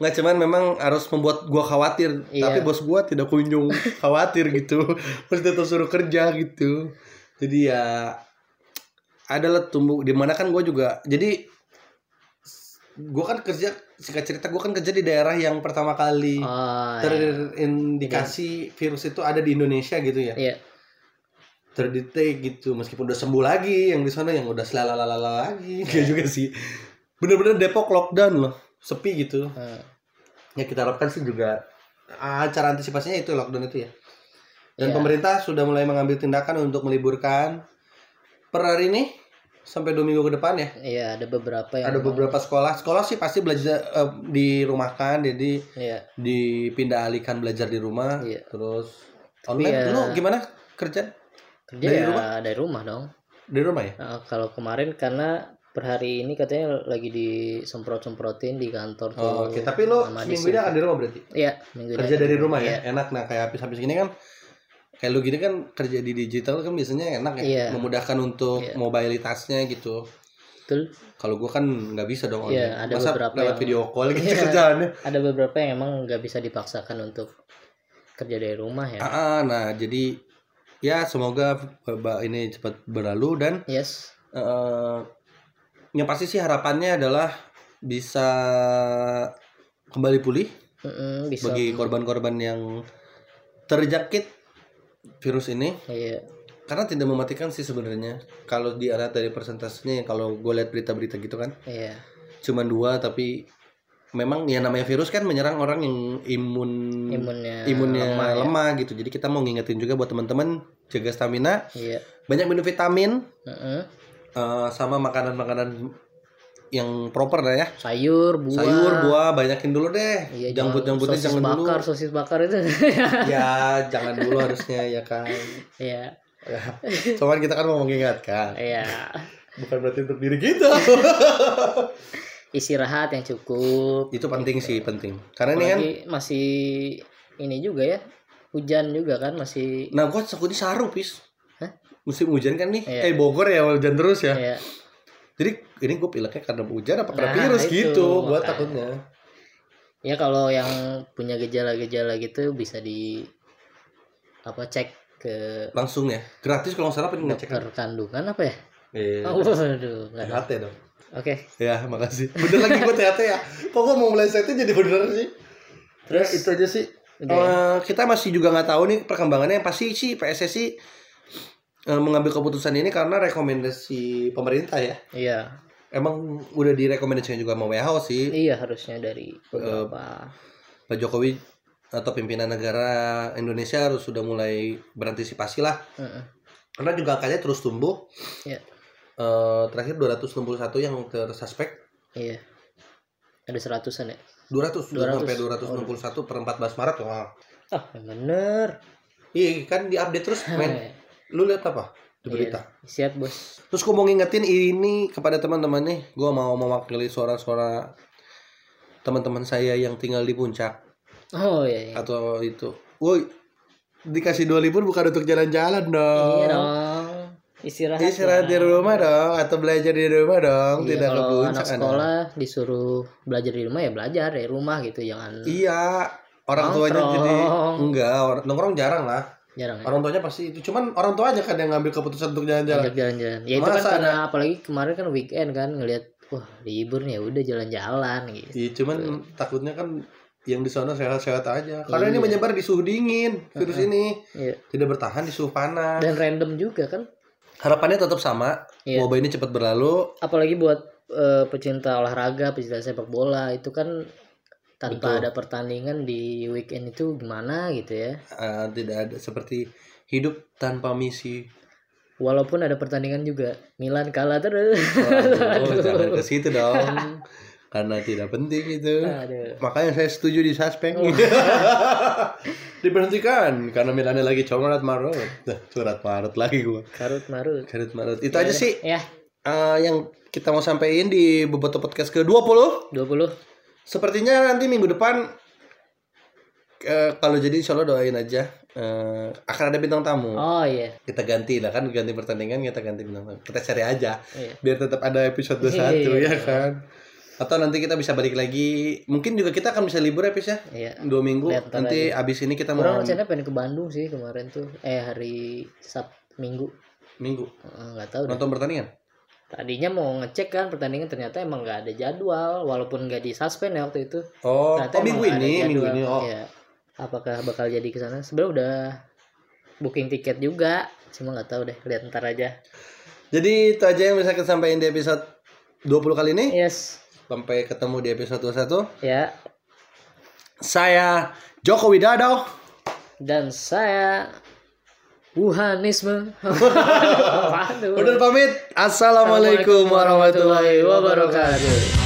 [SPEAKER 1] Nggak, cuman memang harus membuat gua khawatir.
[SPEAKER 2] Iya.
[SPEAKER 1] Tapi bos gua tidak kunjung khawatir gitu. Terus tetap suruh kerja gitu. Jadi ya adalah tumbuh di mana kan gua juga. Jadi gua kan kerja, singkat cerita gua kan kerja di daerah yang pertama kali terindikasi virus itu ada di Indonesia gitu ya.
[SPEAKER 2] Iya.
[SPEAKER 1] Terdetek gitu, meskipun udah sembuh lagi yang di sana, yang udah selalalala lagi. Kayak juga sih. Bener-bener Depok lockdown loh, sepi gitu. Ya kita harapkan sih juga cara antisipasinya itu lockdown itu ya. Dan pemerintah sudah mulai mengambil tindakan untuk meliburkan per hari ini sampai 2 minggu ke depan ya.
[SPEAKER 2] Iya, ada beberapa yang
[SPEAKER 1] beberapa sekolah sih pasti belajar dirumahkan, jadi dipindah alihkan belajar di rumah. Terus online. Lu gimana kerja
[SPEAKER 2] dari rumah dong.
[SPEAKER 1] Dari rumah ya?
[SPEAKER 2] Kalau kemarin karena per hari ini katanya lagi disemprot-semprotin di kantor tuh.
[SPEAKER 1] Oke, tapi lu seminggu ini akan di rumah berarti?
[SPEAKER 2] Iya, minggu
[SPEAKER 1] kerja dari rumah ya. Enak. Nah, kayak habis gini kan, kayak lu gini kan kerja di digital kan biasanya enak ya. Memudahkan untuk mobilitasnya gitu.
[SPEAKER 2] Betul.
[SPEAKER 1] Kalau gua kan nggak bisa dong.
[SPEAKER 2] Iya, ada
[SPEAKER 1] masa
[SPEAKER 2] beberapa
[SPEAKER 1] lewat video call gitu kerjaannya.
[SPEAKER 2] Ada beberapa yang emang nggak bisa dipaksakan untuk kerja dari rumah ya.
[SPEAKER 1] Nah, jadi ya semoga ini cepat berlalu dan yang pasti sih harapannya adalah bisa kembali pulih bagi korban-korban yang terjangkit virus ini.
[SPEAKER 2] Iya.
[SPEAKER 1] Karena tidak mematikan sih sebenarnya. Kalau dilihat dari persentasenya, kalau gue lihat berita-berita gitu kan, cuma 2, tapi memang ya namanya virus kan menyerang orang yang imunnya lemah gitu. Jadi kita mau ngingetin juga buat teman-teman jaga stamina, banyak minum vitamin, sama makanan-makanan yang proper lah ya.
[SPEAKER 2] Sayur, buah banyakin
[SPEAKER 1] dulu deh. Jangkut-jangkutnya jangan dulu.
[SPEAKER 2] Sosis bakar itu.
[SPEAKER 1] Ya, jangan dulu harusnya ya kan.
[SPEAKER 2] Iya.
[SPEAKER 1] Cuman kita kan mau mengingatkan.
[SPEAKER 2] Iya.
[SPEAKER 1] Bukan berarti untuk diri kita.
[SPEAKER 2] Istirahat yang cukup.
[SPEAKER 1] Itu penting sih, penting. Karena ini kan
[SPEAKER 2] masih ini juga ya. Hujan juga kan masih.
[SPEAKER 1] Nah, gua takutnya sarung, Pis. Musim hujan kan nih. Bogor ya hujan terus ya. Iya. Jadi ini gue pileknya karena hujan apa karena virus gitu. Gue takutnya.
[SPEAKER 2] Ya kalau yang punya gejala-gejala gitu bisa cek ke
[SPEAKER 1] langsung ya. Gratis kalau nggak salah ngecek.
[SPEAKER 2] Dokter kandungan apa ya?
[SPEAKER 1] Waduh, nggak THT dong.
[SPEAKER 2] Oke.
[SPEAKER 1] Ya, makasih. Bener lagi gue THT ya. Kok gue mau melesetin jadi bener sih. Terus itu aja sih. Kita masih juga nggak tahu nih perkembangannya. Pasti sih PSSI mengambil keputusan ini karena rekomendasi pemerintah ya.
[SPEAKER 2] Iya.
[SPEAKER 1] Emang udah direkomendasikan juga sama WHO sih.
[SPEAKER 2] Iya, harusnya dari beberapa.
[SPEAKER 1] Pak Jokowi atau pimpinan negara Indonesia harus sudah mulai berantisipasi lah. Karena juga angkanya terus tumbuh.
[SPEAKER 2] Iya.
[SPEAKER 1] Terakhir 261 yang tersuspek.
[SPEAKER 2] Iya. Ada 100-an ya?
[SPEAKER 1] 200 sampai 261 per 14 Maret. Wah.
[SPEAKER 2] Bener.
[SPEAKER 1] Iya, kan diupdate terus, men. Lu lihat apa di berita?
[SPEAKER 2] Siap, Bos.
[SPEAKER 1] Terus gue mau ngingetin ini kepada teman-teman nih. Gue mau mewakili suara-suara teman-teman saya yang tinggal di puncak.
[SPEAKER 2] Oh iya.
[SPEAKER 1] Atau itu. Woi, dikasih 2 libur bukan untuk jalan-jalan dong.
[SPEAKER 2] Iya dong.
[SPEAKER 1] Istirahat di rumah dong. Atau belajar di rumah dong.
[SPEAKER 2] Iya,
[SPEAKER 1] tidak ke puncak.
[SPEAKER 2] Kalau anak sekolah disuruh belajar di rumah ya belajar dari rumah gitu. Jangan.
[SPEAKER 1] Iya. Orang tuanya jadi enggak. Nongkrong jarang lah.
[SPEAKER 2] Jarang.
[SPEAKER 1] Orang tuanya pasti itu. Cuman orang tua aja kan yang ngambil keputusan untuk jalan-jalan.
[SPEAKER 2] Ya itu kan karena apalagi kemarin kan weekend kan ngelihat wah libur nih ya udah jalan-jalan gitu.
[SPEAKER 1] Iya, cuman takutnya kan yang di sana sehat-sehat aja. Karena ini menyebar di suhu dingin virus ini. Iya. Tidak bertahan di suhu panas.
[SPEAKER 2] Dan random juga kan.
[SPEAKER 1] Harapannya tetap sama. Wabah ini cepat berlalu.
[SPEAKER 2] Apalagi buat pecinta olahraga, pecinta sepak bola itu kan tanpa ada pertandingan di weekend itu gimana gitu ya.
[SPEAKER 1] Tidak ada seperti hidup tanpa misi.
[SPEAKER 2] Walaupun ada pertandingan juga Milan kalah terus.
[SPEAKER 1] Jangan ke situ dong. Karena tidak penting itu. Makanya saya setuju disuspend. Diberhentikan karena Milannya lagi coret marut. Coret marut lagi gua.
[SPEAKER 2] Karut marut.
[SPEAKER 1] Itu aja sih.
[SPEAKER 2] Ya.
[SPEAKER 1] Yang kita mau sampaikan di Boboto Podcast ke-20. Sepertinya nanti minggu depan kalau jadi insya Allah doain aja akan ada bintang tamu.
[SPEAKER 2] Oh iya.
[SPEAKER 1] Kita ganti lah kan, ganti pertandingan kita ganti bintang tamu. Kita cari aja biar tetap ada episode 21 ya kan. Atau nanti kita bisa balik lagi. Mungkin juga kita akan bisa libur ya, Pis ya.
[SPEAKER 2] Iya.
[SPEAKER 1] 2 minggu. Nanti abis ini kita mau.
[SPEAKER 2] Kurang rencananya pengen ke Bandung sih kemarin tuh. Hari Minggu. Nggak tahu.
[SPEAKER 1] Nonton pertandingan.
[SPEAKER 2] Tadinya mau ngecek kan pertandingan, ternyata emang nggak ada jadwal, walaupun nggak disuspend ya waktu itu.
[SPEAKER 1] Oh,
[SPEAKER 2] minggu
[SPEAKER 1] ini. Oh.
[SPEAKER 2] Ya. Apakah bakal jadi ke sana? Sebenarnya udah booking tiket juga, cuma nggak tahu deh, lihat ntar aja.
[SPEAKER 1] Jadi itu aja yang bisa kita sampaikan di episode 20 kali ini.
[SPEAKER 2] Yes.
[SPEAKER 1] Sampai ketemu di episode 21.
[SPEAKER 2] Ya.
[SPEAKER 1] Saya Joko Widodo.
[SPEAKER 2] Dan saya Wuhanisme.
[SPEAKER 1] Udah pamit. Assalamualaikum warahmatullahi wabarakatuh.